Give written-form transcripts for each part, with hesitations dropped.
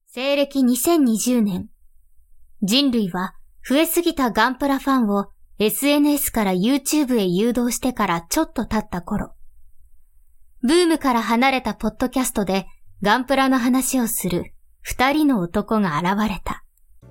西暦2020年、人類は増えすぎたガンプラファンを SNS から YouTube へ誘導してからちょっと経った頃、ブームから離れたポッドキャストでガンプラの話をする二人の男が現れた。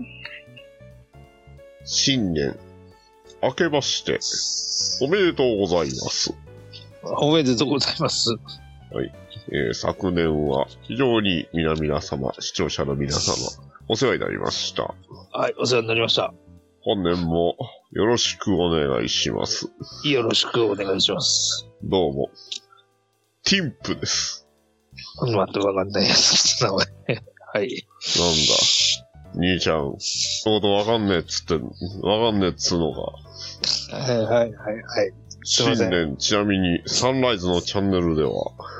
新年明けましておめでとうございます。 おめでとうございます。 はい。昨年は非常に皆様、視聴者の皆様、お世話になりました。 はい、お世話になりました。 本年もよろしくお願いします。 よろしくお願いします。 どうも、ティンプです。 全くわかんないやつの名前。はい。 なんだ、兄ちゃん、のことわかんねえっつって、わかんねえっつうのが。 はい。 新年、ちなみに、サンライズのチャンネルでは、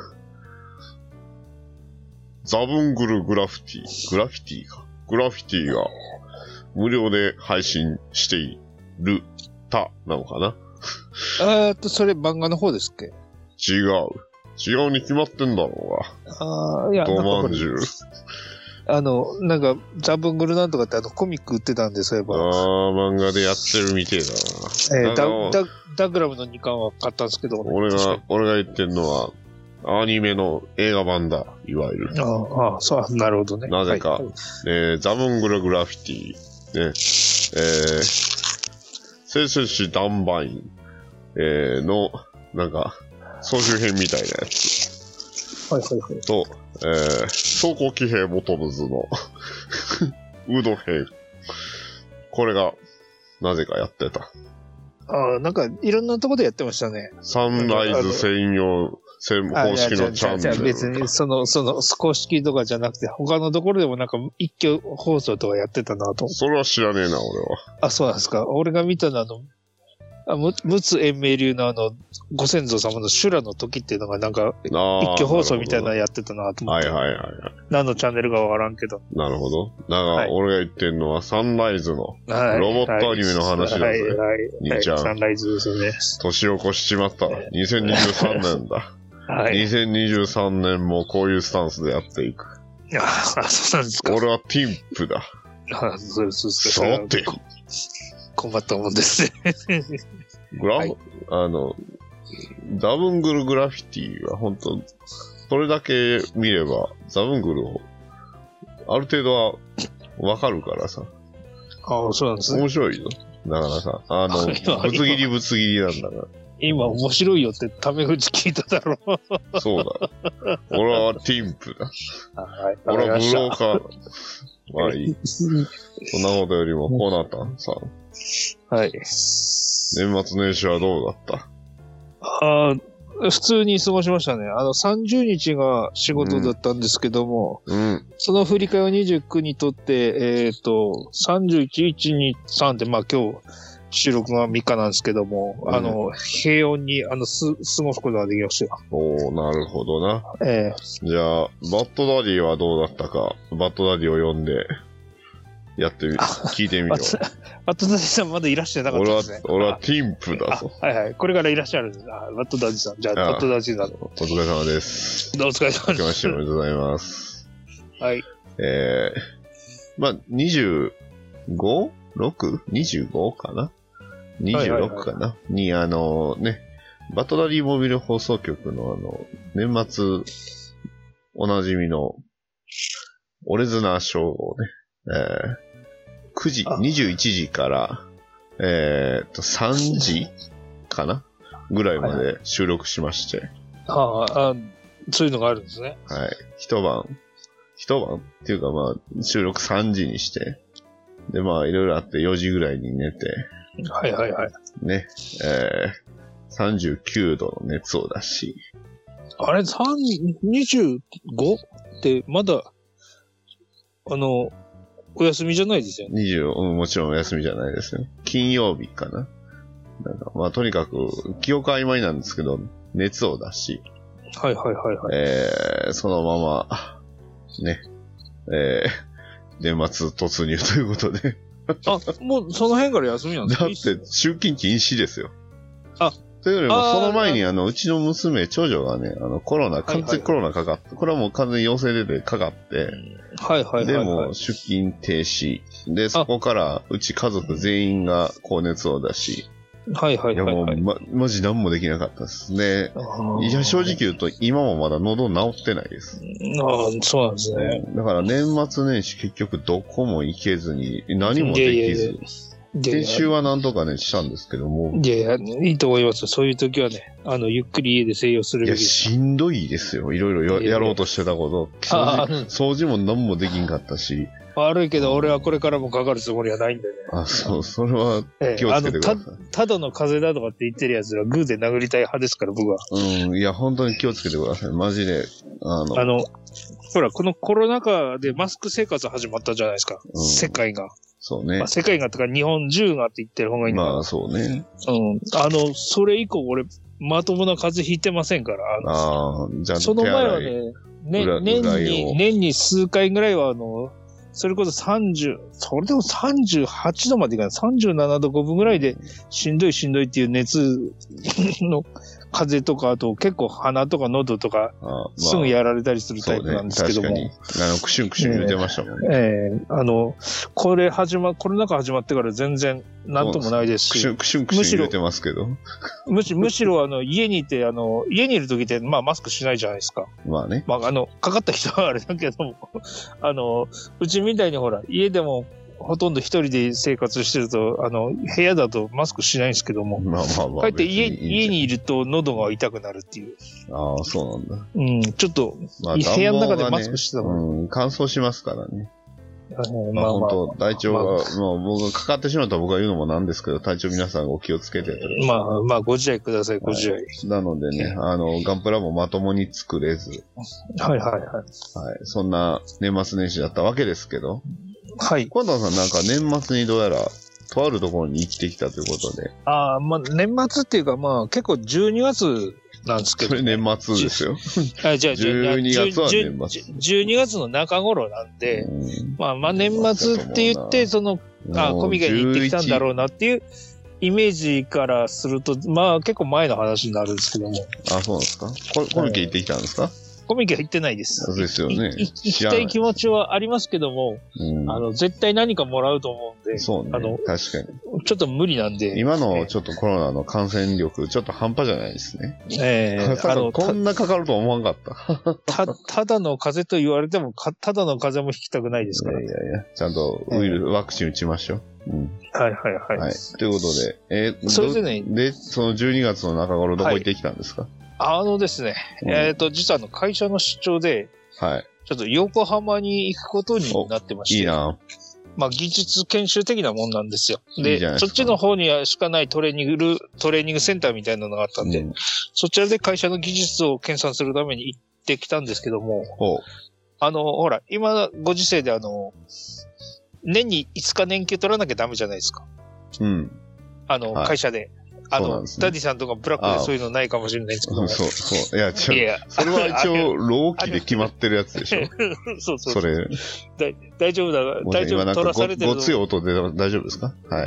ザブングルグラフィティが無料で配信しているなのかな。 それ漫画の方ですっけ？ 違うに決まってんだろうが。 いや、 ドマンジュなんか、ザブングルなんとかってコミック売ってたんで、そういえば。 漫画でやってるみてえだな。 ダグラムの2巻は買ったんですけど、 俺が言ってんのは、アニメの映画版だ、いわゆる。 そう、なるほどね。 なぜか、ザブングルグラフィティ、ね、聖戦士ダンバイン、の、なんか、総集編みたいなやつ。 はい。 と、装甲騎兵ボトムズの、ウド編。これが、なぜかやってた。 なんか、いろんなとこでやってましたね。 サンライズ専用、公式のチャンネル。 別に、公式とかじゃなくて、他のところでもなんか、一挙放送とかやってたなと。 それは知らねえな、俺は。 そうなんですか。俺が見たのは、陸奥延命流のご先祖様の修羅の時っていうのがなんか、一挙放送みたいなのやってたなと思って。はい。何のチャンネルかわからんけど。 なるほど。だから、俺が言ってんのはサンライズの、ロボットアニメの話だぜ。兄ちゃん。 サンライズですね。 年を越しちまった。2023年だ。2023年もこういうスタンスでやっていく。 そうなんですか。 俺はティンプだ。 そうですか。 さて。 困ったもんですね。 ザブングルグラフィティは本当それだけ見れば、ザブングルを、ある程度はわかるからさ。 そうなんですね。 面白いよ。だからさ、ぶつ切りなんだから。 今面白いよってタメ口聞いただろう。 そうだ。俺はティンプだ。俺はブローカー。まあいい。そんなことよりも、コナタンさん。 はい。 年末年始はどうだった？ 普通に過ごしましたね。30日が仕事だったんですけども、その振り替えを29にとって、31、1、2、3って、まあ今日、収録が3日なんですけども、平穏に、過ごすことができましたよ。 なるほどな。じゃあ、バッドダディはどうだったか、バッドダディを呼んで、聞いてみよう。 バッドダディさんまだいらっしゃらなかったですね。 俺はティンプだぞ。 はい。これからいらっしゃるんです。バッドダディさん。じゃあ、バッドダディさん。 お疲れ様です。 お疲れ様です。 明けましておめでとうございます。 はい。 まあ、25?6?25 かな26かな、に、バッドダディモビル放送局の年末、おなじみの、オレズナーショーをね、9時、21時から、3時かなぐらいまで収録しまして。 そういうのがあるんですね。 はい。一晩っていうかまあ、収録3時にして、でまあ、いろいろあって4時ぐらいに寝て、 はい。 ね、39度の熱を出し。 あれ、25? ってまだ、お休みじゃないですよね。 もちろんお休みじゃないですよ。金曜日かな。なんかまあとにかく記憶曖昧なんですけど、熱を出し。 はい。 そのまま、ね、年末突入ということで。 もうその辺から休みなんですか？ だって、出勤禁止ですよ。 というよりも、その前にうちの娘、長女がね、完全コロナかかって、これはもう完全に陽性出てかかって、 はいはいはい、はい。 でも、出勤停止。で、そこから、うち家族全員が高熱を出し、 はいはいはい、はい。 いやもう、マジ何もできなかったですね。いや、正直言うと、今もまだ喉治ってないです。 そうなんですね。 だから年末年始結局どこも行けずに、何もできず。先週はなんとかね、したんですけども。 いやいいと思いますよ。そういう時はね、ゆっくり家で静養するべきです。 いや、しんどいですよ。いろいろやろうとしてたこと。掃除も何もできんかったし。 悪いけど、俺はこれからもかかるつもりはないんでね。 それは気をつけてください。 ただの風邪だとかって言ってるやつはグーで殴りたい派ですから、僕は。 いや、本当に気をつけてください。マジで。 ほら、このコロナ禍でマスク生活始まったじゃないですか。世界が。 そうね。 世界がとか日本中がって言ってる方がいいんだから。 まあ、そうね。 それ以降俺、まともな風邪ひいてませんから。 じゃあ、 その前はね、年に数回ぐらいはそれこそそれでも38度までいかない。37度5分ぐらいでしんどいっていう熱の風邪とか、あと結構鼻とか喉とか、すぐやられたりするタイプなんですけども。 確かに。クシュンクシュン言ってましたもんね。コロナ禍始まってから全然なんともないですし。 クシュンクシュン言ってますけど。 むしろ家にいて、家にいる時って、まあマスクしないじゃないですか。 まあね。 まあかかった人はあれだけども、うちみたいにほら、家でも、ほとんど一人で生活してると、部屋だとマスクしないんですけども。 まあ。 帰って家にいると喉が痛くなるっていう。 ああ、そうなんだ。 ちょっと、部屋の中でマスクしてたもん。乾燥しますからね。本当体調が、僕がかかってしまったら僕が言うのもなんですけど、体調皆さんお気をつけて。 ご自愛ください、ご自愛。 なのでね、ガンプラもまともに作れず。 はい。 そんな年末年始だったわけですけど。 はい。 近藤さんなんか年末にどうやら、とあるところに生きてきたということで。 年末っていうか結構12月なんですけど、 それ年末ですよ。 じゃあ 12月は年末。 12月の中頃なんで、年末って言って、コミケに行ってきたんだろうなっていうイメージからすると、結構前の話になるんですけども。 そうなんですか？コミケ行ってきたんですか？ コミケは行ってないです。 そうですよね。 行きたい気持ちはありますけども、絶対何かもらうと思うんで、 そうね。確かに。 ちょっと無理なんで。 今のちょっとコロナの感染力、ちょっと半端じゃないですね。こんなかかると思わんかった。 ただの風邪と言われても、ただの風邪も引きたくないですから。 いや、ちゃんとワクチン打ちましょう。 はい。 ということで、 それでね。 で、その12月の中頃どこ行ってきたんですか？ ですね、実は会社の出張で、ちょっと横浜に行くことになってまして。 いいな。 技術研修的なもんなんですよ。で、そっちの方にしかないトレーニングセンターみたいなのがあったんで、そちらで会社の技術を研鑽するために行ってきたんですけども、ほら、今、ご時世で年に5日年休取らなきゃダメじゃないですか。会社で。ダディさんとかブラックでそういうのないかもしれないですけど。 そう。いや、それは一応、労基で決まってるやつでしょ。 そう。 それ。 大丈夫だ。大丈夫、取らされてる。 ご強い音で大丈夫ですか？はい。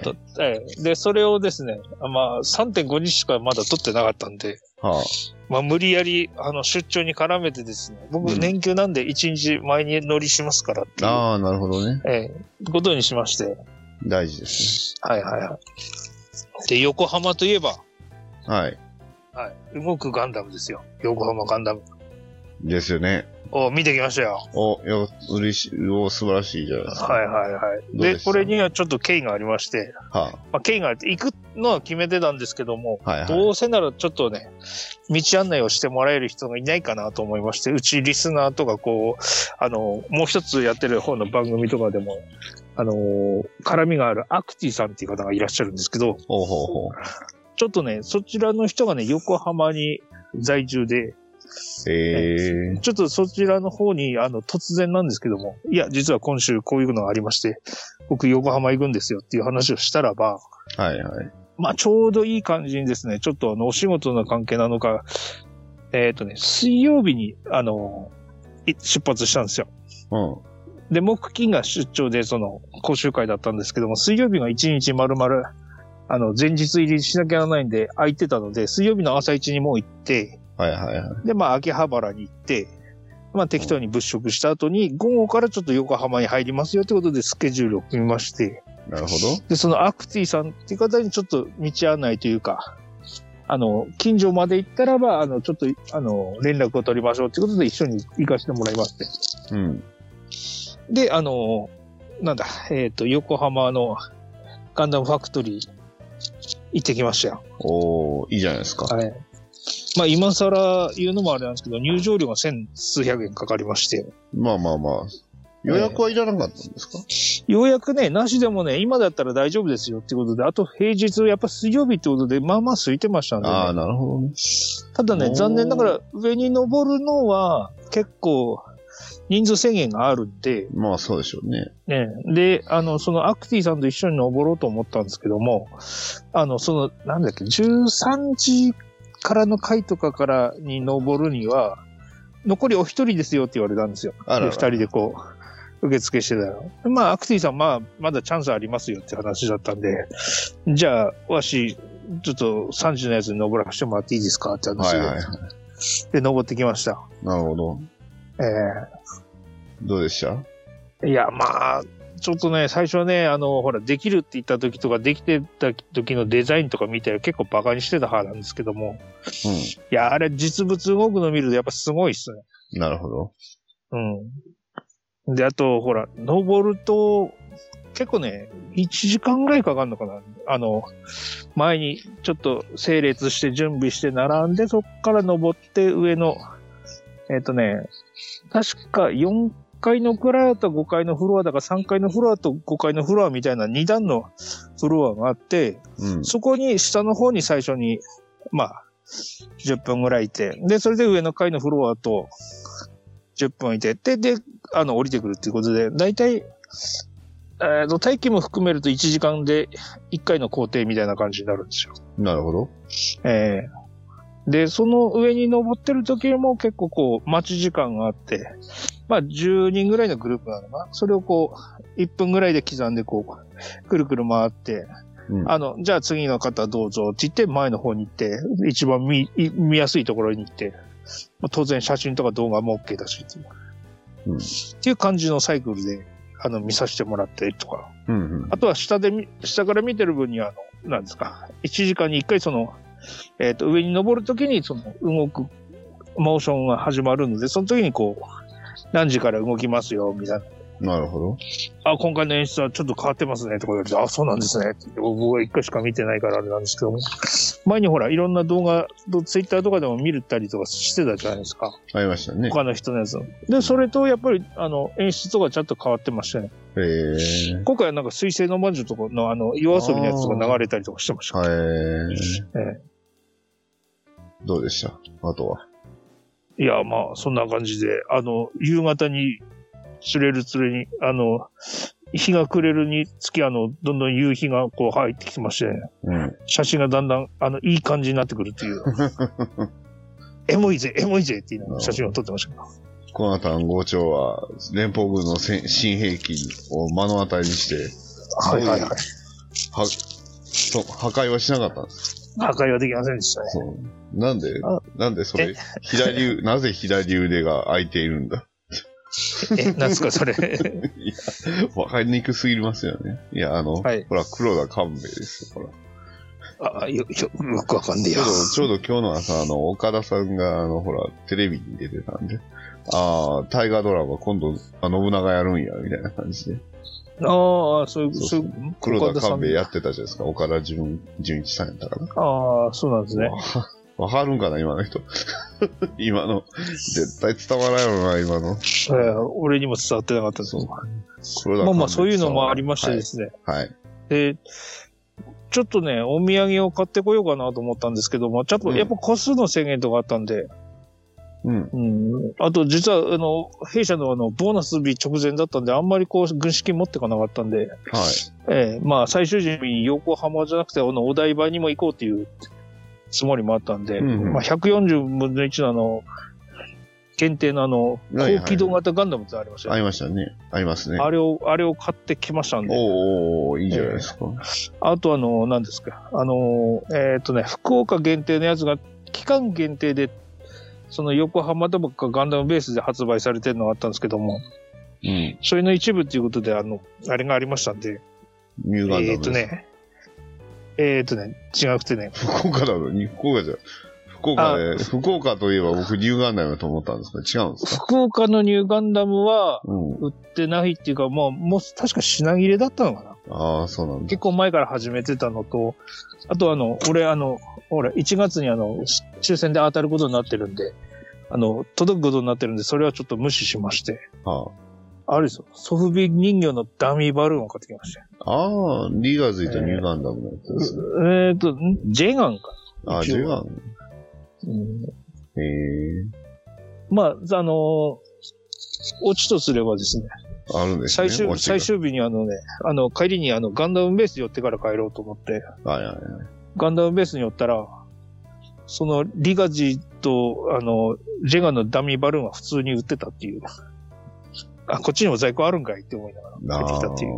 で、それをですね、3.5 日しかまだ取ってなかったんで、無理やり、出張に絡めてですね、僕、年休なんで1日前に乗りしますからっていう。 なるほどね。 ことにしまして。 大事ですね。はい。で、横浜といえば。動くガンダムですよ。横浜ガンダム。 ですよね。 見てきましたよ。 嬉しい。素晴らしいじゃないですか。 はい。で、これにはちょっと経緯がありまして。経緯があって、行くのは決めてたんですけども、どうせならちょっとね、道案内をしてもらえる人がいないかなと思いまして、うちリスナーとかもう一つやってる方の番組とかでも、絡みがあるアクティさんっていう方がいらっしゃるんですけど、ちょっとね、そちらの人がね、横浜に在住で、ちょっとそちらの方に、突然なんですけども、いや、実は今週こういうのがありまして、僕横浜行くんですよっていう話をしたらば、ちょうどいい感じにですね、ちょっとお仕事の関係なのか、水曜日に、出発したんですよ。で、木金が出張で、講習会だったんですけども、水曜日が1日丸々、 前日入りしなきゃならないんで、空いてたので、水曜日の朝一にもう行って、 はいはいはい。 で、まあ、秋葉原に行って、まあ、適当に物色した後に、午後からちょっと横浜に入りますよってことでスケジュールを組みまして、 なるほど。 で、そのアクティさんっていう方にちょっと道案内というか、近所まで行ったらば、ちょっと、連絡を取りましょうっていうことで一緒に行かせてもらいまして。 うん。 で、なんだ、横浜のガンダムファクトリー行ってきましたよ。 おー、いいじゃないですか。 はい。まあ今更言うのもあれなんですけど、入場料が千数百円かかりまして。 まあまあまあ。予約はいらなかったんですか？ 予約ね、なしでもね、今だったら大丈夫ですよっていうことで、あと平日、やっぱ水曜日ってことで、まあまあ空いてましたんで、ね。 ああ、なるほどね。 ただね、残念ながら上に登るのは結構人数制限があるんで。 まあそうでしょうね。 ね。で、そのアクティさんと一緒に登ろうと思ったんですけども、なんだっけ、13時からの回とかからに登るには、残りお一人ですよって言われたんですよ。 あらら。 で、二人でこう、受付してたら。まあ、アクティさん、まあ、まだチャンスありますよって話だったんで、じゃあ、わし、ちょっと3時のやつに登らせてもらっていいですかって話で。はいはいはい。で、登ってきました。 なるほど。どうでした？ いや、まあ、ちょっとね、最初はね、ほら、できるって言った時とか、できてた時のデザインとか見て結構バカにしてた派なんですけども。うん。いや、あれ、実物動くの見るとやっぱすごいっすね。 なるほど。 うん。で、あと、ほら、登ると、結構ね、1時間ぐらいかかるのかな。前にちょっと整列して準備して並んで、そっから登って上の、確か4階のフロアと5階のフロアだから3階のフロアと5階のフロアみたいな2段のフロアがあって、うん、そこに下の方に最初に、まあ、10分ぐらいいて、で、それで上の階のフロアと10分いて、で、降りてくるっていうことで、だいたい、待機も含めると1時間で1回の工程みたいな感じになるんですよ。 なるほど。 で、その上に登ってる時も結構こう、待ち時間があって、まあ、10人ぐらいのグループなのかな。それをこう、1分ぐらいで刻んでこう、くるくる回って、うん、じゃあ次の方どうぞって言って前の方に行って、一番見やすいところに行って、まあ、当然写真とか動画も OK だしっていう、うん、っていう感じのサイクルで、見させてもらってとか。うんうん、あとは下から見てる分には、なんですか、1時間に1回その、上に登るときにその動くモーションが始まるので、その時にこう、何時から動きますよ、みたいな。 なるほど。 あ、今回の演出はちょっと変わってますね、とか言われて、あ、そうなんですね。僕は1回しか見てないからあれなんですけども。前にほら、いろんな動画、ツイッターとかでも見るたりとかしてたじゃないですか。 ありましたね。 他の人のやつ。で、それとやっぱり、演出とかちゃんと変わってましたね。今回はなんか水星の魔女とかの夜遊びのやつとか流れたりとかしてました。 どうでした？あとは。 いや、まあ、そんな感じで、夕方に釣れる釣れに、日が暮れるにつき、どんどん夕日がこう入ってきてまして、うん、写真がだんだん、いい感じになってくるっていう。エモいぜって言いながら写真を撮ってましたけど。 コナタン号長は、連邦軍の新兵器を目の当たりにして、 はいはいはい。 破壊はしなかったんですか？破壊はできませんでしたね。 そう。なんでそれ、なぜ左腕が空いているんだ？ なんすかそれ。 いや、わかりにくすぎますよね。いや、はい、ほら、黒田官兵衛ですよ、ほら。 よくわかんねえよ。 ちょうど今日の朝、岡田さんが、ほら、テレビに出てたんで、大河ドラマ今度、信長やるんや、みたいな感じで。 そういう、 黒田官兵衛やってたじゃないですか。岡田純一さんやったかな。 そうなんですね。 わかるんかな、今の人。今の。絶対伝わらないよな、今の。 俺にも伝わってなかったです。まあ、そういうのもありましてですね。 はい。 で、ちょっとね、お土産を買ってこようかなと思ったんですけども、やっぱ個数の制限とかあったんで、あと、実は、弊社のボーナス日直前だったんで、あんまりこう、軍資金持ってかなかったんで、まあ、最終日に横浜じゃなくて、お台場にも行こうっていうつもりもあったんで、まあ、140分の1の限定の高機動型ガンダムってありましたよね。 ありましたね。ありますね。 あれを買ってきましたんで。 おー、いいじゃないですか。 あと何ですか。福岡限定のやつが、期間限定で、その横浜とかガンダムベースで発売されてるのがあったんですけども、 うん。 それの一部っていうことで、あれがありましたんで。 ニューガンダムです。 違くてね。 福岡なのに、福岡といえば僕ニューガンダムだと思ったんですけど、違うんですか？ 福岡のニューガンダムは、売ってないっていうか、もう確か品切れだったのかな。 ああ、そうなんだ。 結構前から始めてたのと、あと俺1月に抽選で当たることになってるんで、届くことになってるんで、それはちょっと無視しまして。あれですよ。ソフビ人形のダミーバルーンを買ってきました。 ああ、リーガーズイとニューガンダムのやつですね。 ジェガンかな。 ジェガン。 まあ、オチとすればですね。 あるんですね。 最終日に帰りにガンダムベース寄ってから帰ろうと思って。 はいはいはい。 ガンダムベースに寄ったら、そのリガジと、ジェガンのダミーバルーンは普通に売ってたっていう。こっちにも在庫あるんかいって思いながら帰ってきたっていう。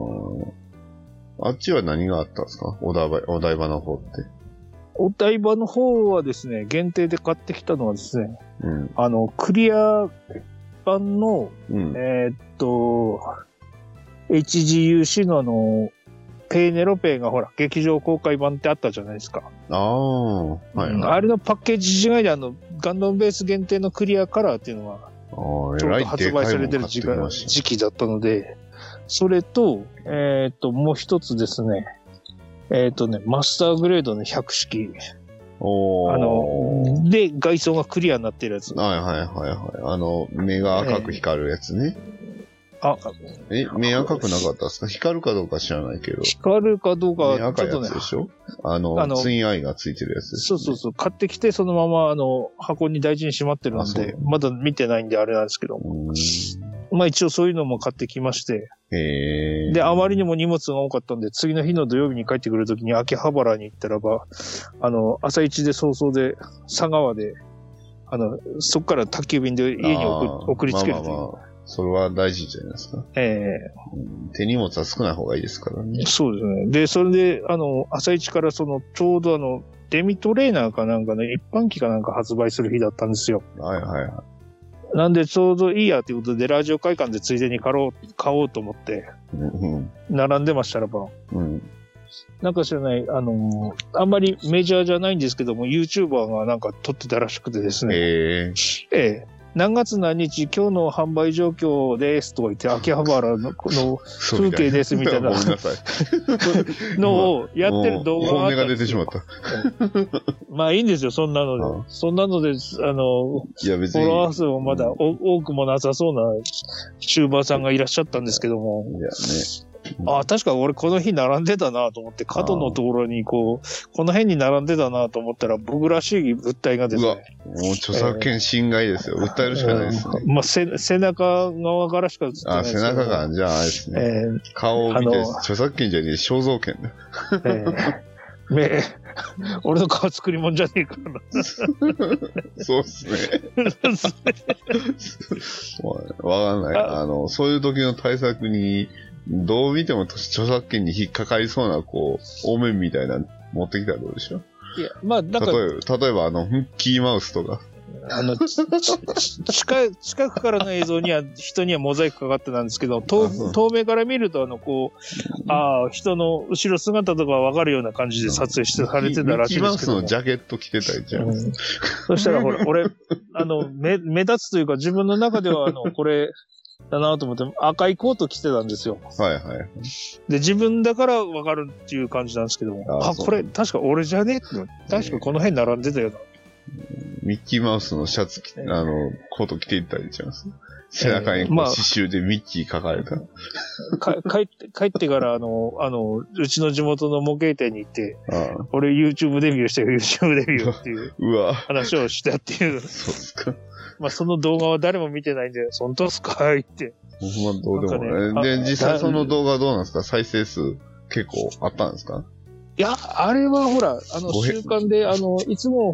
あっちは何があったんですか？お台場の方って。 お台場の方はですね、限定で買ってきたのはですね、クリア版の、HGUC のペーネロペーがほら、劇場公開版ってあったじゃないですか。 はい、はい。 あれのパッケージ違いでガンダムベース限定のクリアカラーっていうのが、ちょうど発売されてる時期だったので、それと、もう一つですね、マスターグレードの100式。で、外装がクリアになってるやつ。 はいはいはいはい。目が赤く光るやつね。目赤くなかったですか？光るかどうか知らないけど。 光るかどうかは、 目赤いやつでしょ？ツインアイがついてるやつです、 ね。そう。買ってきて、そのまま、箱に大事にしまってるんで、まだ見てないんであれなんですけど。まあ一応そういうのも買ってきまして。で、あまりにも荷物が多かったんで、次の日の土曜日に帰ってくるときに秋葉原に行ったらば、朝一で早々で、佐川で、そっから宅急便で家に送りつけるという。 それは大事じゃないですか。手荷物は少ない方がいいですからね。 そうですね。で、それで、朝一からちょうどデミトレーナーかなんかの一般機かなんか発売する日だったんですよ。 はいはいはい。 なんでちょうどいいやということで、ラジオ会館でついでに買おうと思って、並んでましたらば、なんか知らない、あんまりメジャーじゃないんですけども、YouTuber がなんか撮ってたらしくてですね。何月何日、今日の販売状況ですとか言って、秋葉原の風景ですみたいなのをやってる動画があったんですよ。本音が出てしまった。 まあいいんですよ、そんなので。そんなので、フォロワー数もまだ多くもなさそうなチューバーさんがいらっしゃったんですけども。いやね。確か俺この日並んでたなと思って、角のところにこの辺に並んでたなと思ったら、僕らしい物体がですね。 もう著作権侵害ですよ。訴えるしかないですね。 まあ、背中側からしか映ってないです背中が、じゃああれですね。顔を見て、著作権じゃねえ、肖像権だ。 俺の顔作りもんじゃねえからな。 そうっすね。わかんない。そういう時の対策に、どう見ても著作権に引っかかりそうな、お面みたいな持ってきたらどうでしょう？いや、まあ、なんか。例えばミッキーマウスとか。近くからの映像には、人にはモザイクかかってたんですけど、遠目から見ると、人の後ろ姿とかわかるような感じで撮影されてたらしいですけど。ミッキーマウスのジャケット着てたりじゃん。 そしたら、ほら、俺、目立つというか、自分の中では、これ、だなと思って赤いコート着てたんですよ。 はいはい。 で、自分だからわかるっていう感じなんですけども。これ確か俺じゃねって。確かこの辺並んでたよな。 ミッキーマウスのシャツコート着ていったりします。背中に刺繍でミッキー書かれた。 帰ってから、うちの地元の模型店に行って、俺 YouTube デビューしてる YouTube デビューっていう話をしたっていう。そうですか。まあ、その動画は誰も見てないんで、本当っすかいって。 ほんまどうでもね。で、実際その動画どうなんですか？再生数結構あったんですか？ いや、あれはほら、習慣で、いつもほら、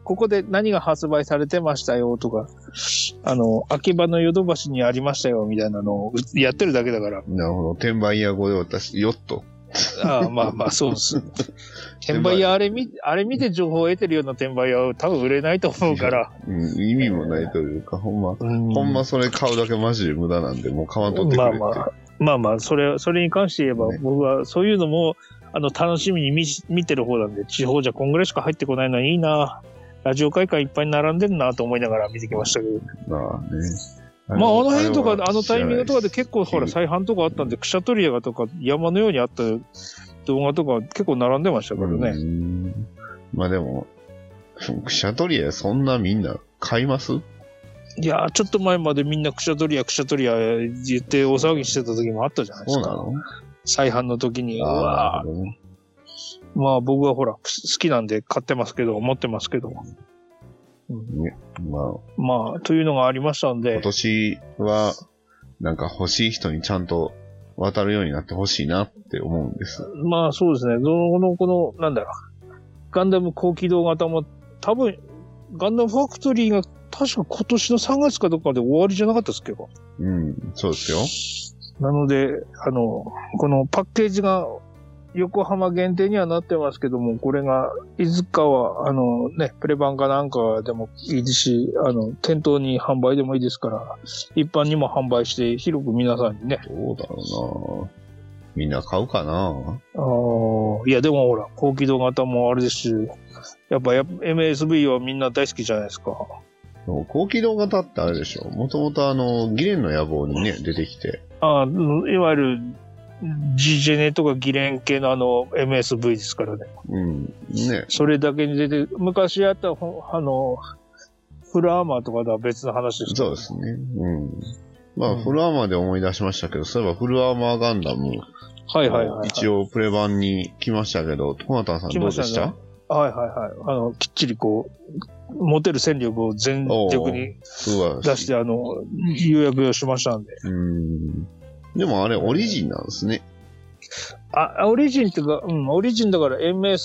ここで何が発売されてましたよとか、秋葉のヨドバシにありましたよみたいなのをやってるだけだから。 なるほど。転売屋語で私、ヨット。 ああ、まあまあ、そうです。転売屋あれ見て情報を得てるような転売屋は多分売れないと思うから。 意味もないというか、ほんまそれ買うだけマジで無駄なんで、もう買わんとってくれって。 まあ、それに関して言えば、ね、僕はそういうのも、楽しみに見てる方なんで、地方じゃこんぐらいしか入ってこないのはいいな。ラジオ会館いっぱい並んでるなと思いながら見てきましたけど。 まあね。 まあ、あの辺とか、タイミングとかで結構、ほら、再販とかあったんで、クシャトリアがとか、山のようにあった動画とか結構並んでましたからね。 まあでも、クシャトリアそんなみんな買います？ いやー、ちょっと前までみんなクシャトリア言って大騒ぎしてた時もあったじゃないですか。そうなの？再販の時に。まあ僕はほら、好きなんで買ってますけど、持ってますけど。 ね、 まあ、というのがありましたんで。 今年は、なんか欲しい人にちゃんと渡るようになってほしいなって思うんです。 まあそうですね。なんだろう。ガンダム高機動型も、多分、ガンダムファクトリーが確か今年の3月かどっかで終わりじゃなかったですけど。 そうですよ。 なので、このパッケージが横浜限定にはなってますけども、これが、いつかは、プレ版かなんかでもいいし、店頭に販売でもいいですから、一般にも販売して、広く皆さんにね。 どうだろうな。みんな買うかな。 いや、でもほら、高機動型もあれですし、やっぱ MSV はみんな大好きじゃないですか。 高機動型ってあれでしょ。もともとギレンの野望にね、出てきて。 いわゆる、G ジェネとかギレン系のMSV ですからね。 ね。 それだけに出て、昔やったフルアーマーとかとは別の話ですから、ね。そうですね。まあ、フルアーマーで思い出しましたけど、そういえばフルアーマーガンダム。 はい。 一応プレ版に来ましたけど、トマタンさんどうでした？ はい。きっちりこう、持てる戦力を全力に出して、予約をしましたんで。 でもあれオリジンなんですね。 オリジンっていうか、オリジンだから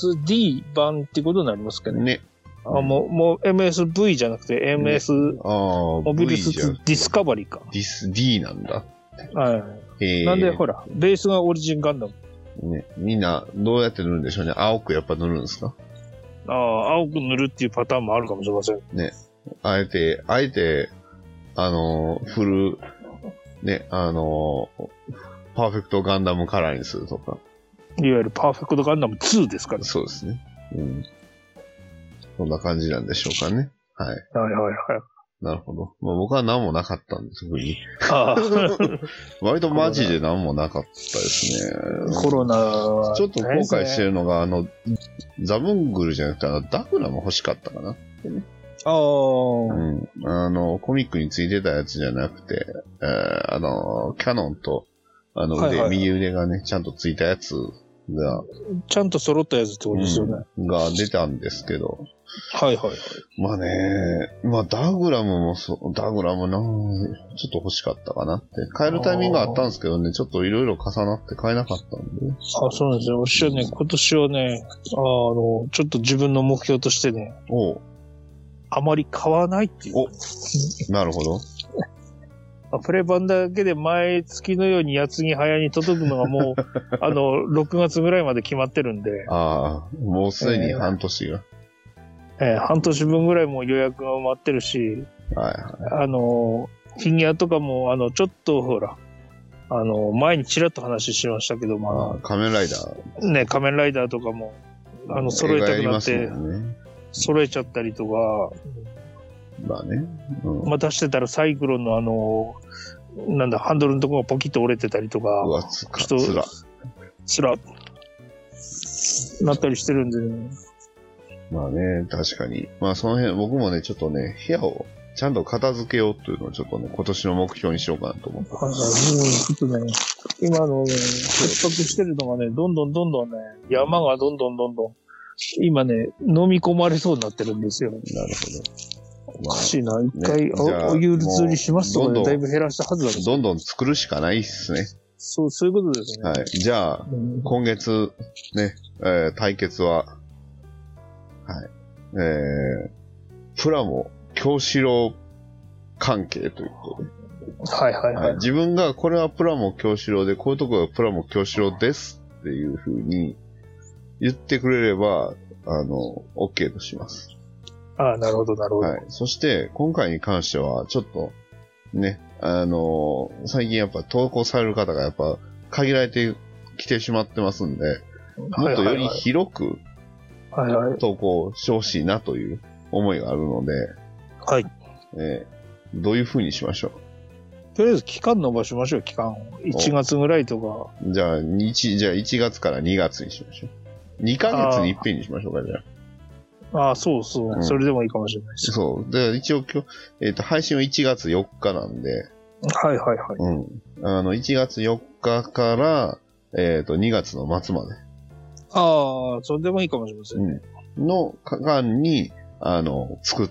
MSD 版ってことになりますけどね。もう MSV じゃなくて MS、モビルスディスカバリーか。 D なんだ。 はい。なんでほら、ベースがオリジンガンダム。 ね、みんなどうやって塗るんでしょうね。青くやっぱ塗るんですか？ 青く塗るっていうパターンもあるかもしれません。 ね。あえて、フル、ね、パーフェクトガンダムカラーにするとか。 いわゆるパーフェクトガンダム2ですから。 そうですね。そんな感じなんでしょうかね。はい。なるほど。まあ、僕は何もなかったんです、特に。割とマジで何もなかったですね。 コロナは、 ちょっと後悔してるのが、ザブングルじゃなくて、ダグラも欲しかったかなってね。コミックについてたやつじゃなくて、キャノンと、右腕がね、ちゃんとついたやつが、 ちゃんと揃ったやつってことですよね。 が出たんですけど。まあね、ダグラムなちょっと欲しかったかなって。買えるタイミングがあったんですけどね、ちょっといろいろ重なって買えなかったんで。 そうなんですよ。私はね、今年はね、ちょっと自分の目標としてね、あまり買わないっていう。 なるほど。 プレ版だけで毎月のようにやつぎ早に届くのがもう、6月ぐらいまで決まってるんで。 もうすでに半年が。 半年分ぐらいもう予約が埋まってるし、フィギュアとかも、ちょっとほら、前にちらっと話しましたけど、 仮面ライダー。 ね、仮面ライダーとかも、揃えたくなって、揃えちゃったりとか、 まあね。 出してたらサイクロンのハンドルのところがポキッと折れてたりとか、つらなったりしてるんでね。 まあね、確かに。まあその辺、僕もね、ちょっとね、部屋をちゃんと片付けようっていうのをちょっとね、今年の目標にしようかなと思って。ちょっとね、今のね、切迫してるのがね、どんどんね、山がどんどん、今ね、飲み込まれそうになってるんですよ。なるほど。 おかしいな。一回お湯移りしますとかでだいぶ減らしたはずだ。 どんどん作るしかないっすね。 そういうことですね。 はい。じゃあ、今月、ね、対決は、はい。 プラモ京志郎関係ということで。 はいはいはい。 自分がこれはプラモ京志郎で、こういうところがプラモ京志郎ですっていう風に言ってくれれば、OK とします。 ああ、なるほどなるほど。 はい。そして、今回に関しては、ちょっと、ね、最近やっぱ投稿される方がやっぱ限られてきてしまってますんで、もっとより広く投稿してほしいなという思いがあるので、 はい。 どういう風にしましょう？ とりあえず期間伸ばしましょう、期間を。1月ぐらいとか。 じゃあ1月から2月にしましょう。2ヶ月に一遍にしましょうか、じゃあ。 ああ、そうそう、それでもいいかもしれないです。 そう。で、一応今日、配信は1月4日なんで。 はいはいはい。 1月4日から、2月の末まで。 ああ、それでもいいかもしれません。 の間に、作って、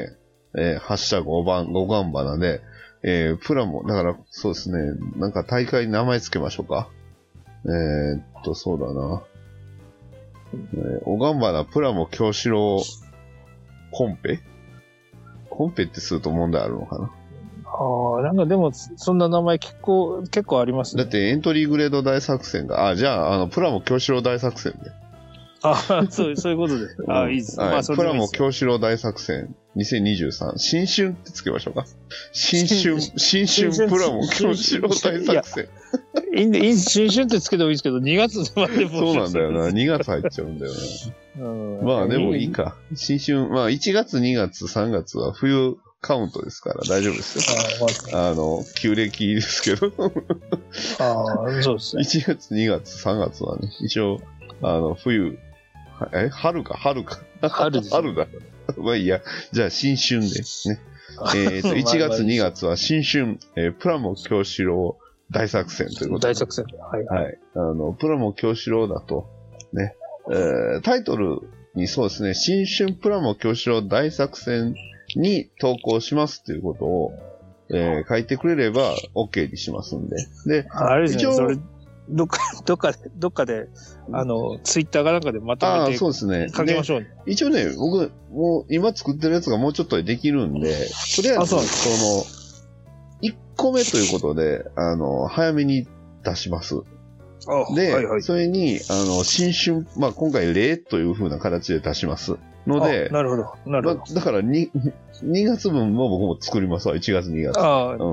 ハッシュタグ5番花で、プラモ、だからそうですね、なんか大会に名前つけましょうか。そうだな。おがんばなプラモ京志郎コンペってすると問題あるのかな。 ああ、なんかでも、そんな名前結構ありますね。 だってエントリーグレード大作戦が、じゃあ、プラモ京志郎大作戦で。 そういうことで。いいです。 まあ、プラモ京志郎大作戦2023。新春ってつけましょうか。新春プラモ京志郎大作戦。 新春ってつけてもいいですけど、2月までそうなんだよな。2月入っちゃうんだよな。まあでもいいか。新春、まあ1月、2月、3月は冬カウントですから大丈夫ですよ。旧暦ですけど。 そうですね。 1月、2月、3月はね、一応、冬、春か。春です。春だ。まあいいや。じゃあ、新春ですね。1月、2月は新春、プラモ京志郎大作戦ということで。 大作戦。はい。 はい。プラモ京志郎だと、ね、タイトルにそうですね、新春プラモ京志郎大作戦に投稿しますということを、書いてくれれば OK にしますんで。で、 あれですね、それ、どっかで、ツイッターかなんかでまとめてそうですね。 書きましょうね。 一応ね、僕、もう今作ってるやつがもうちょっとできるんで、とりあえず、1個目ということで、早めに出します。で、それに、新春、まあ、今回、例という風な形で出します。ので、 なるほど。 だから2月分も僕も作りますわ、1月、2月。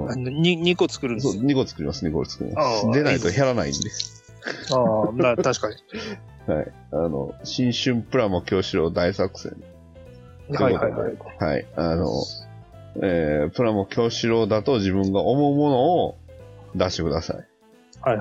2個作るんです。 そう、2個作ります。出ないと減らないんで。 確かに。 はい。新春プラモ京志郎大作戦。はい。プラモ京志郎だと自分が思うものを出してください。はい。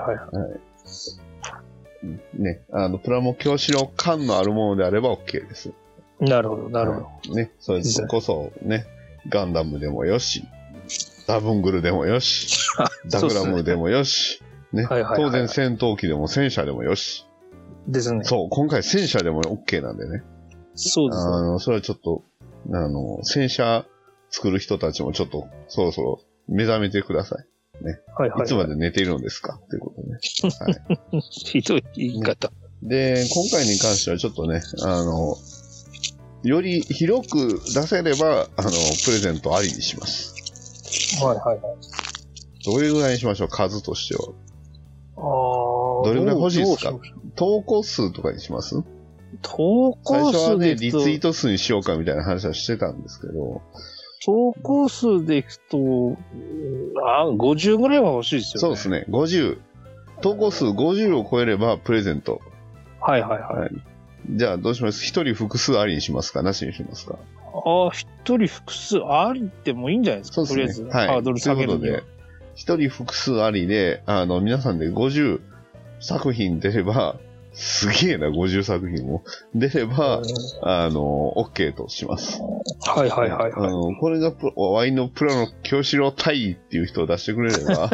ね、プラモ京志郎感のあるものであれば OK です。 なるほど。 ね、それこそね、ガンダムでもよし、ダブングルでもよし、ダグラムでもよし、ね、当然戦闘機でも戦車でもよし。 ですね。 そう、今回戦車でも OK なんでね。 そうですね。 それはちょっと、戦車作る人たちもちょっと、そろそろ目覚めてください。ね。いつまで寝ているのですかっていうことね。 はい。ひどい言い方。 で、今回に関してはちょっとね、より広く出せれば、プレゼントありにします。はい。どれぐらいにしましょう、数としては。どれぐらい欲しいですか？投稿数とかにします？ 投稿数最初はね、リツイート数にしようかみたいな話はしてたんですけど。 投稿数でいくと、50ぐらいは欲しいですよね。 そうですね、50。投稿数50を超えればプレゼント。はい。じゃあどうします？一人複数ありにしますか？なしにしますか？ 一人複数ありでもいいんじゃないですか？ そうですね。 とりあえず、ハードル下げるには。 ということで、一人複数ありで、皆さんで50作品出れば、すげえな、50作品も。出れば、OK とします。 はい。 これがワインのプラの京志郎対っていう人を出してくれれば。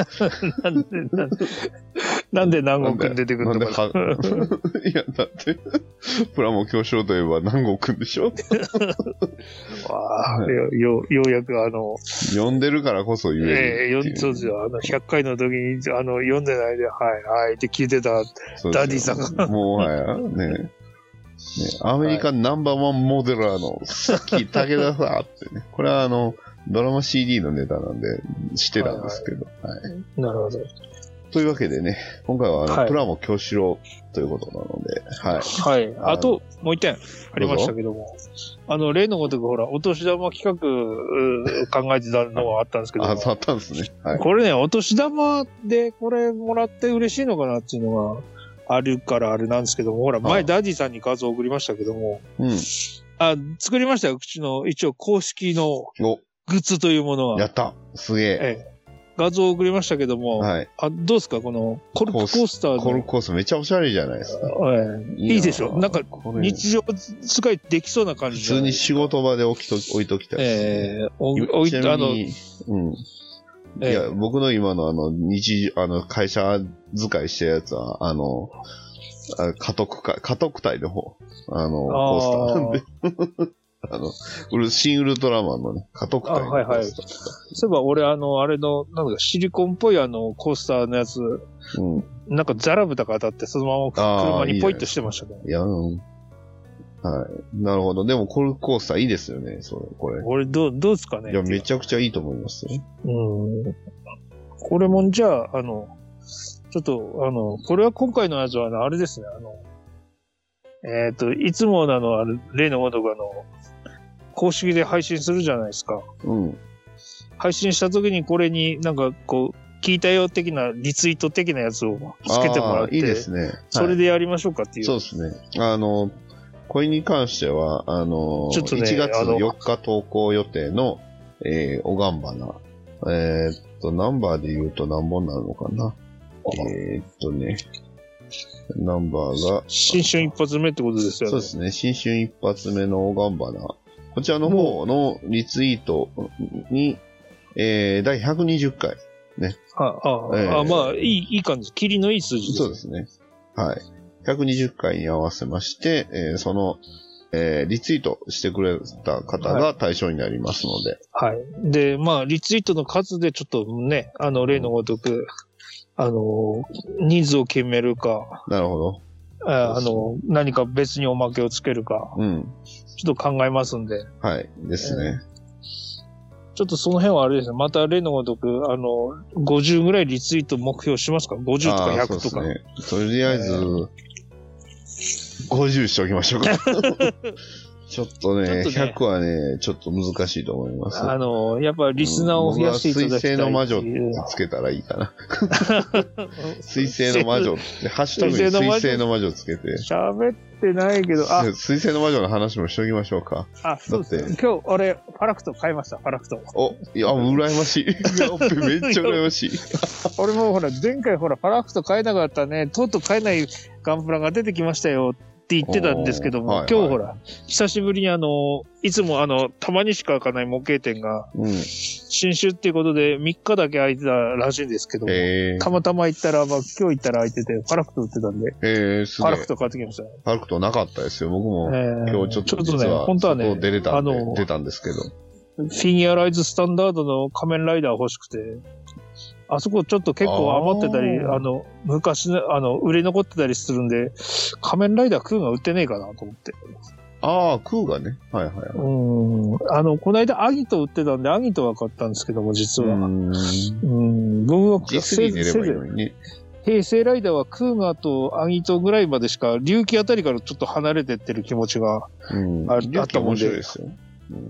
なんで南郷くん出てくるのかな。 いや、だって、プラモ京志郎といえば南郷くんでしょ。ようやく読んでるからこそ言える。 そうですよ。100回の時に、読んでないで、はいって聞いてたダディさんが。 もうはや、ね。 アメリカナンバーワンモデラーのさっき武田さんってね。これはドラマ CD のネタなんで、してたんですけど。はい。 なるほど。 というわけでね、今回はプラモ京志郎ということなので、はい。 はい。あと、もう一点ありましたけども、例のごとくほら、お年玉企画考えてたのがあったんですけども。 あったんですね。はい。 これね、お年玉でこれもらって嬉しいのかなっていうのがあるからあれなんですけども、ほら、前ダディさんに画像を送りましたけども、作りましたよ、口の一応公式のグッズというものは。 やった。すげえ。 画像を送りましたけども、はい。どうですかこのコルクコースター。 コルクコースターめっちゃおしゃれじゃないですか。 いいでしょ。なんか、日常使いできそうな感じ。 普通に仕事場で置いときたいです。いや、僕の今の会社使いしてるやつは、家督隊の方、コースターなんで。新ウルトラマンのね、家督隊のコースター。はいはい。 そういえば俺あれの、なんかシリコンっぽいコースターのやつ、なんかザラブとか当たってそのまま車にポイッとしてましたね。 はい。なるほど。でもコルクコースターいいですよね、これ。 俺どうですかね。 いや、めちゃくちゃいいと思いますよ。 これもじゃあ、ちょっと、これは今回のやつはあれですね、いつも例のごとく公式で配信するじゃないですか。配信した時にこれになんかこう、聞いたよ的なリツイート的なやつをつけてもらって。 いいですね。 それでやりましょうかっていう。 そうですね。これに関しては、ちょっとね、1月4日投稿予定の、おがんばな。ナンバーで言うと何本なのかな。ナンバーが。 新春一発目ってことですよね。 そうですね。新春一発目のおがんばな。こちらの方のリツイートに、第120回。ね。 まあ、いい感じ。キリのいい数字です。 そうですね。はい。120回に合わせまして、その、リツイートしてくれた方が対象になりますので。 はい。で、まあ、リツイートの数でちょっとね、例のごとく、人数を決めるか。 なるほど。 何か別におまけをつけるか。ちょっと考えますんで。 はい。ですね。 ちょっとその辺はあれですね。また例のごとく、50ぐらいリツイート目標しますか ?50 とか100とか。 そうですね。とりあえず、50しておきましょうか。ちょっとね、100はね、ちょっと難しいと思います。 やっぱリスナーを増やしていただきたい。 水星の魔女ってつけたらいいかな。水星の魔女って、ハッシュタグに水星の魔女つけて。 喋ってないけど、 水星の魔女の話もしときましょうか。 そうですね。今日、俺、ファラクト買いました、ファラクト。 いや、羨ましい。めっちゃ羨ましい。 俺もほら、前回ほら、ファラクト買えなかったね、とうとう買えないガンプラが出てきましたよ。って言ってたんですけども、今日ほら、久しぶりにいつもたまにしか開かない模型店が、新種っていうことで3日だけ空いてたらしいんですけども、たまたま行ったら、今日行ったら空いてて、ファラクト売ってたんで、ファラクト買ってきました。ファラクトなかったですよ。僕も今日ちょっと実は本当はね、 出たんですけど。 フィギュアライズスタンダードの仮面ライダー欲しくて、あそこちょっと結構余ってたり、昔ね、売れ残ってたりするんで、仮面ライダークーが売ってねえかなと思って。 クーがね。はいはい。 この間アギト売ってたんで、アギトは買ったんですけども、実は。僕は平成ライダーはクーガーとアギトぐらいまでしか、隆起あたりからちょっと離れてってる気持ちがあったもんで。面白いですよ。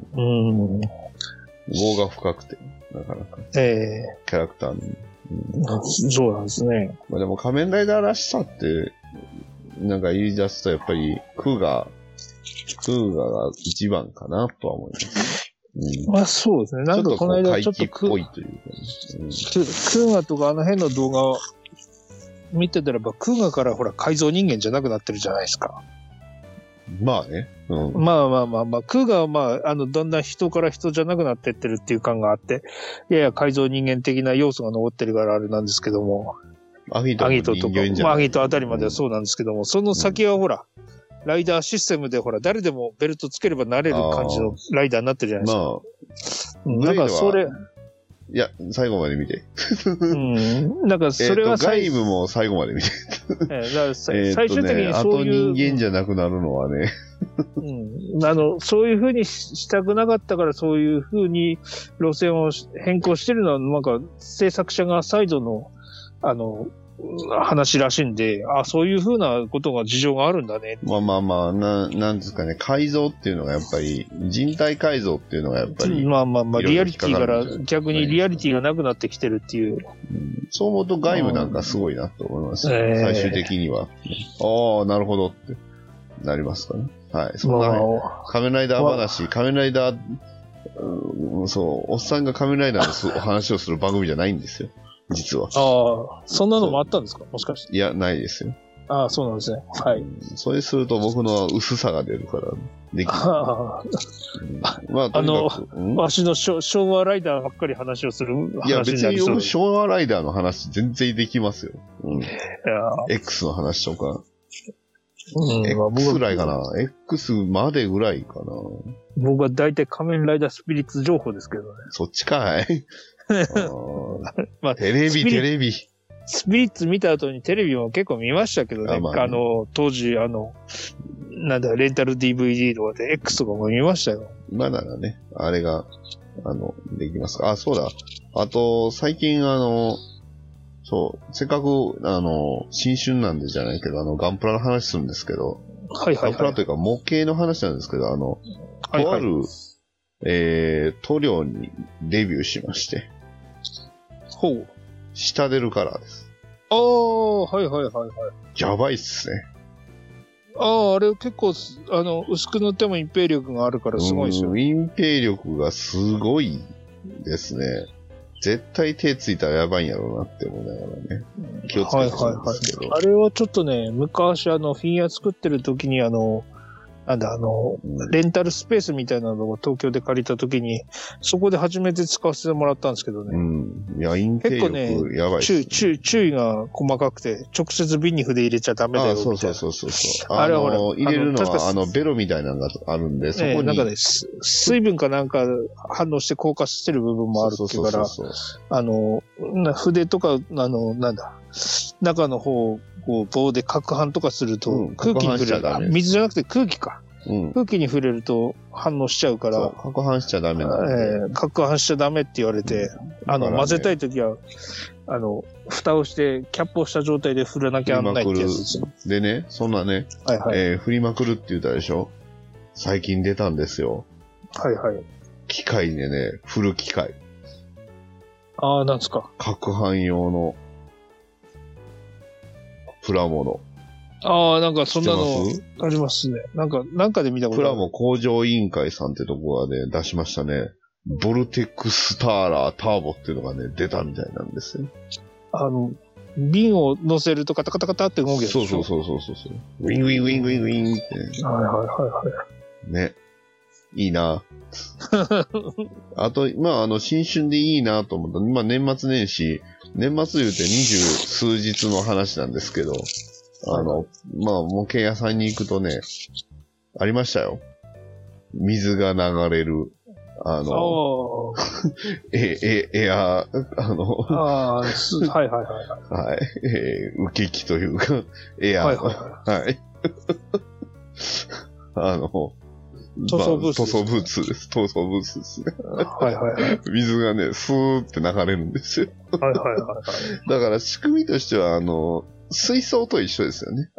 業が深くて。なかなか。キャラクターに。 そうなんですね。 でも仮面ライダーらしさって、なんか言い出すとやっぱりクーガーが一番かなとは思います。 そうですね。なんかこの間ちょっとっぽいというか、 クーガーとか辺の動画を見てたらば、クーガーからほら改造人間じゃなくなってるじゃないですか。 まあね。 まあ、クーガーはだんだん人から人じゃなくなってってるっていう感があって、やや改造人間的な要素が残ってるからあれなんですけども。アギトとか、アギトあたりまではそうなんですけども、その先はほら、ライダーシステムでほら、誰でもベルトつければなれる感じのライダーになってるじゃないですか。なんかそれ、 いや、最後まで見て。 なんかそれは外部も最後まで見て。 だから最終的にそういう。 あと人間じゃなくなるのはね。 そういう風にしたくなかったからそういう風に路線を変更してるのは、なんか制作者が再度の、話らしいんで、そういう風なことが事情があるんだね。 なんですかね、改造っていうのがやっぱり、人体改造っていうのがやっぱり。 リアリティから逆にリアリティがなくなってきてるっていう。 そう思うと外部なんかすごいなと思います。最終的には。なるほどってなりますかね。はい。そんな、仮面ライダー話、仮面ライダー、おっさんが仮面ライダーの話をする番組じゃないんですよ。実は。 そんなのもあったんですかもしかして。 いや、ないですよ。 そうなんですね。はい。 それすると僕の薄さが出るから、できない。 わしの昭和ライダーばっかり話をする話になりそう。 いや、別に昭和ライダーの話全然できますよ。X の話とか。X ぐらいかな。X までぐらいかな。 僕は大体仮面ライダースピリッツ情報ですけどね。 そっちかいテレビ。 スピリッツ見た後にテレビも結構見ましたけどね。当時、レンタル DVD とかで X とかも見ましたよ。 今ならね、あれが、できますか。そうだ。あと、最近せっかく、新春なんでじゃないけど、ガンプラの話するんですけど、ガンプラというか模型の話なんですけど、とある、塗料にデビューしまして。 ほう。 下出るカラーです。やばいっすね。 あれ結構、薄く塗っても隠蔽力があるからすごいですよ。 隠蔽力がすごいですね。絶対手ついたらやばいんやろうなって思いながらね。気をつけてるんですけど。 あれはちょっとね、昔フィギュア作ってる時にレンタルスペースみたいなのを東京で借りた時に、そこで初めて使わせてもらったんですけどね。 いや、隠蔽力やばい、ね。 注意が細かくて、直接ビニフで入れちゃダメだよみたいな。 そう。あれはほら、入れるのはベロみたいなのがあるんで、そこに。 なんかね、水分かなんか反応して硬化してる部分もあるっていうから、筆とか、中の方を棒で攪拌とかすると、空気に触れる。水じゃなくて空気か。空気に触れると反応しちゃうから。 攪拌しちゃダメなんで。 攪拌しちゃダメって言われて、混ぜたいときは、蓋をして、キャップをした状態で振らなきゃならないってやつですよ。 でね、そんなね、振りまくるって言ったでしょ？最近出たんですよ。機械でね、振る機械。 なんすか。 攪拌用のプラモの。 なんかそんなのありますね。なんかで見たことある。 プラモ工場委員会さんってとこがね、出しましたね。ボルテックスターラーターボっていうのがね、出たみたいなんですよ。 瓶を乗せるとカタカタカタって動くやつ。 そう。ウィンウィンウィンウィンウィンって。ね。いいな。あと、新春でいいなと思った。年末年始、年末言うて20数日の話なんですけど、模型屋さんに行くとね、ありましたよ。水が流れる、エア、 はい。 受け機というか、エア、はい。塗装ブーツです。塗装ブーツですね。水がね、スーって流れるんですよ。だから仕組みとしては、水槽と一緒ですよね。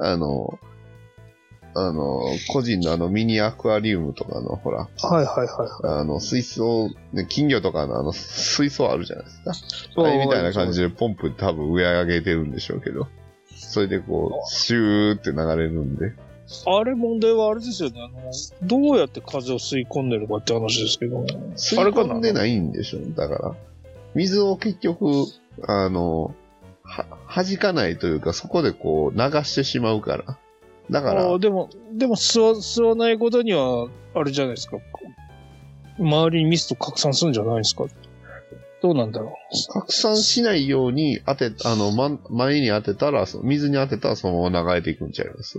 個人のミニアクアリウムとかの、ほら。水槽、ね、金魚とかの水槽あるじゃないですか。あれみたいな感じでポンプ多分上上げてるんでしょうけど。それでシューって流れるんで。 あれ問題はあれですよね。どうやって風を吸い込んでるかって話ですけど。 吸い込んでないんでしょ。だから。水を結局、弾かないというか、そこで流してしまうから。だから。 でも吸わないことには、あれじゃないですか。周りにミスト拡散するんじゃないですか。どうなんだろう。 拡散しないように前に当てたら、水に当てたらそのまま流れていくんちゃいます？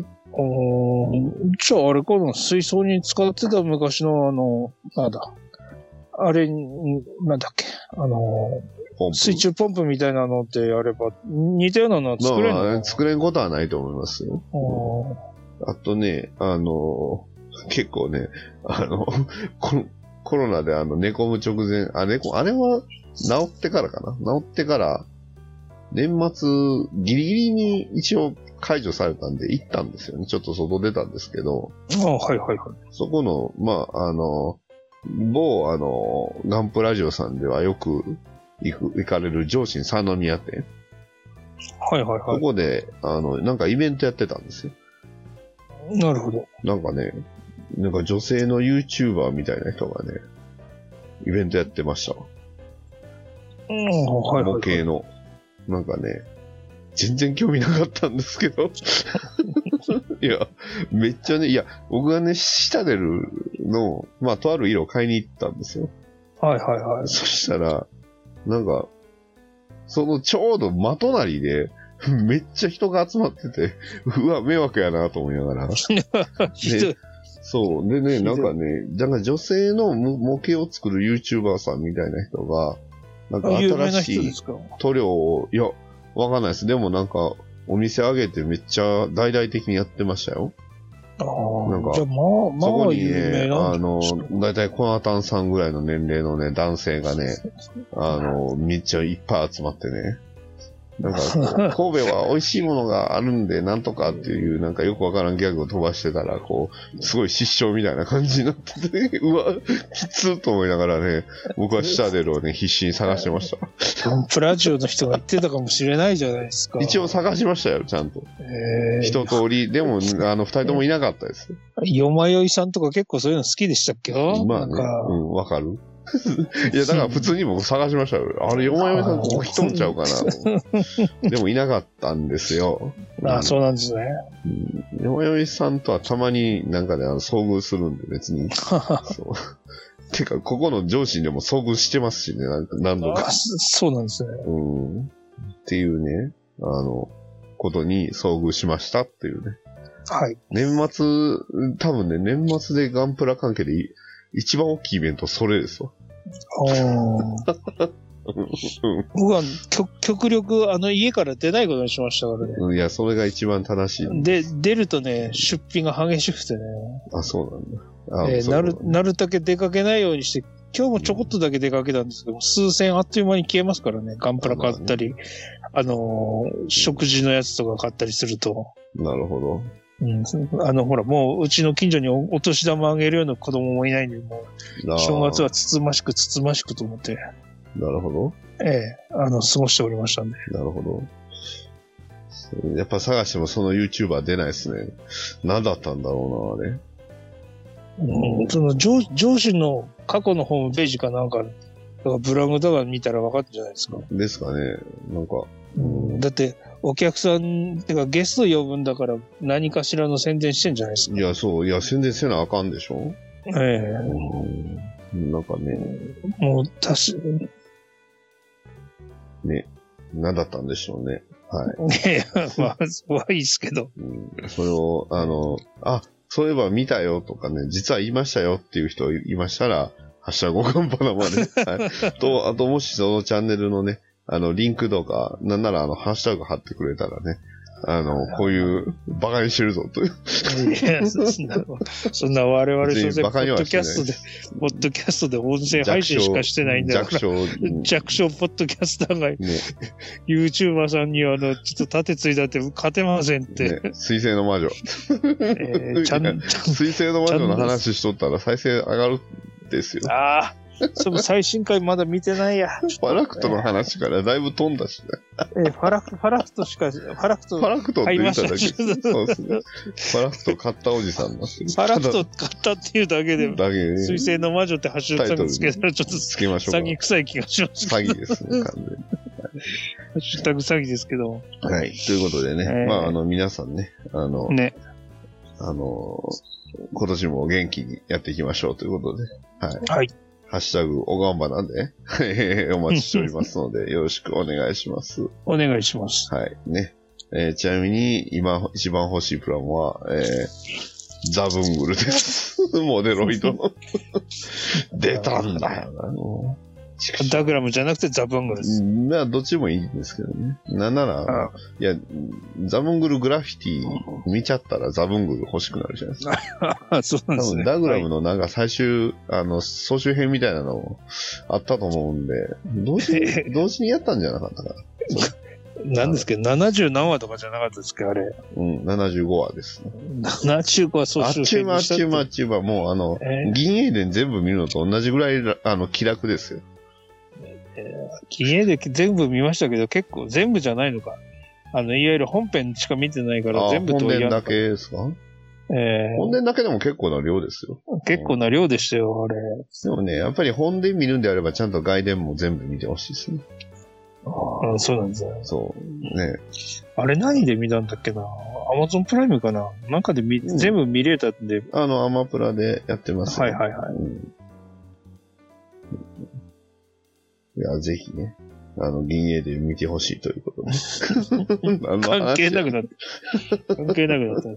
じゃああれかな、水槽に使ってた昔のあれ、なんだっけ、水中ポンプみたいなのってやれば、似たようなのは作れるのかな？ 作れんことはないと思いますよ。あとね、結構ね、コロナで寝込む直前、あれは治ってからかな？治ってから、年末ギリギリに一応解除されたんで行ったんですよね。ちょっと外出たんですけど。 はいはいはい。 そこの、某ガンプラジオさんではよく行かれる上信三宮店。 はいはいはい。 ここで、なんかイベントやってたんですよ。 なるほど。 なんかね、なんか女性の YouTuber みたいな人がね、イベントやってましたわ。 はいはい。 模型の。なんかね、全然興味なかったんですけど。いや、めっちゃね、いや、僕がね、シタデルの、とある色を買いに行ったんですよ。 はいはいはい。 そしたら、なんか、そのちょうど真隣で、めっちゃ人が集まってて、うわ、迷惑やなと思いながら。でそう。でね、なんかね、女性の模型を作る YouTuber さんみたいな人が、なんか新しい塗料を、いや、わかんないです。でもなんか、お店あげてめっちゃ大々的にやってましたよ。なんか、 じゃあそこにね、 だいたいコナタンさんぐらいの年齢のね、男性がね、めっちゃいっぱい集まってね。なんか、神戸は美味しいものがあるんで、なんとかっていう、なんかよくわからんギャグを飛ばしてたら、すごい失笑みたいな感じになってて、うわ、きつーと思いながらね、僕はシタデルをね、必死に探してました。 ガンプラジオの人が言ってたかもしれないじゃないですか。 一応探しましたよ、ちゃんと。一通り。でも、二人ともいなかったです。 よまよいさんとか結構そういうの好きでしたっけ？ まあね、わかる。いや、だから普通に僕探しましたよ。あれ、よまよいさんここ人んちゃうかな。でもいなかったんですよ。 そうなんですね。 よまよいさんとはたまになんかね、遭遇するんで別に。そう。てか、ここの上司でも遭遇してますしね、何度か。 そうなんですね。 っていうね、ことに遭遇しましたっていうね。 はい。 多分ね、年末でガンプラ関係で一番大きいイベントそれですわ。 僕は極力家から出ないことにしましたからね。 いや、それが一番正しい。 で、出るとね、出費が激しくてね。 あ、そうなんだ。 なるだけ出かけないようにして、今日もちょこっとだけ出かけたんですけど、数千あっという間に消えますからね。ガンプラ買ったり、食事のやつとか買ったりすると。 なるほど。 ほら、もう、うちの近所にお年玉あげるような子供もいないんで、もう、正月はつつましくと思って。 なるほど。 過ごしておりましたんで。 なるほど。やっぱ探してもその YouTuber 出ないですね。何だったんだろうな、あれ。 その上司の過去のホームページかなんか、ブログとか見たら分かったんじゃないですか。 ですかね。なんか。 だって、お客さん、てかゲスト呼ぶんだから何かしらの宣伝してんじゃないですか。 いや、そう。いや、宣伝せなあかんでしょ？なんかね。 もう、 ね。何だったんでしょうね。はい。 はいいですけど。 それを、そういえば見たよとかね、実は言いましたよっていう人いましたら、ハッシュタグガンパナまで。はい。あと、もしそのチャンネルのね、リンクとか、なんならハッシュタグ貼ってくれたらね、こういう、バカにしてるぞという。 いや、そんな我々所詮、ポッドキャストで音声配信しかしてないんだから、弱小ポッドキャスターが、YouTuber さんにはちょっと盾ついたって勝てませんって。 水星の魔女。水星の魔女の話しとったら再生上がるんですよ。 ああ。その最新回まだ見てないや。 ファラクトの話からだいぶ飛んだしね。 ファラクトって言っただけ。そうですね。ファラクト買ったおじさんなんですファラクト買ったっていうだけで、水星の魔女ってハッシュタグつけたらちょっとつけましょうか。 詐欺臭い気がします。 詐欺ですね、完全に。 ハッシュタグ詐欺ですけど。 はい。ということでね、皆さんね、今年も元気にやっていきましょうということで、はい。はい。ハッシュタグ、おがんばなんで、お待ちしておりますので、よろしくお願いします。 お願いします。 はい。ね。ちなみに、今、一番欲しいプランは、ザブングルです。 モデロイド。出たんだよ。 ダグラムじゃなくてザブングルです。 まあ、どっちもいいんですけどね。なんなら、いや、ザブングルグラフィティ見ちゃったらザブングル欲しくなるじゃないですか。 そうなんですね。 多分ダグラムのなんか最終、総集編みたいなのあったと思うんで、同時にやったんじゃなかったかな。 なんですけど、70何話とかじゃなかったですか、あれ。 うん、75話です、ね。 75話総集編にしたって。 あっちゅう間、もう銀英伝全部見るのと同じぐらい、気楽ですよ。 銀英伝全部見ましたけど、結構全部じゃないのか。いわゆる本編しか見てないから、全部と本伝だけですか？本伝だけでも結構な量ですよ。 結構な量でしたよ、あれ。 でもね、やっぱり本伝見るんであれば、ちゃんと外伝も全部見てほしいですね。 そうなんですよ。 そうね。 あれ何で見たんだっけな。アマゾンプライムかな。なんかで全部見れたんで。 アマプラでやってますよ。 はいはいはい。 いや、ぜひね。銀英で見てほしいということで。 関係なくなった。関係なくなった。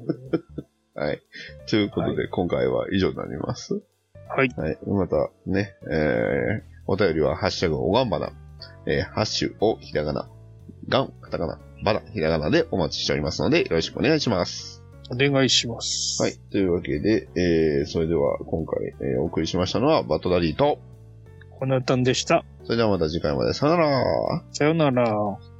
はい。ということで、今回は以上になります。 はい。 はい。またね、お便りはハッシュタグおがんばな。ハッシュをひらがな、ガン、カタカナ、バナ、ひらがなでお待ちしておりますので、よろしくお願いします。 お願いします。 はい。というわけで、それでは今回、お送りしましたのはバトダディと、 コナタンでした。 それではまた次回まで。さよなら。 さよなら。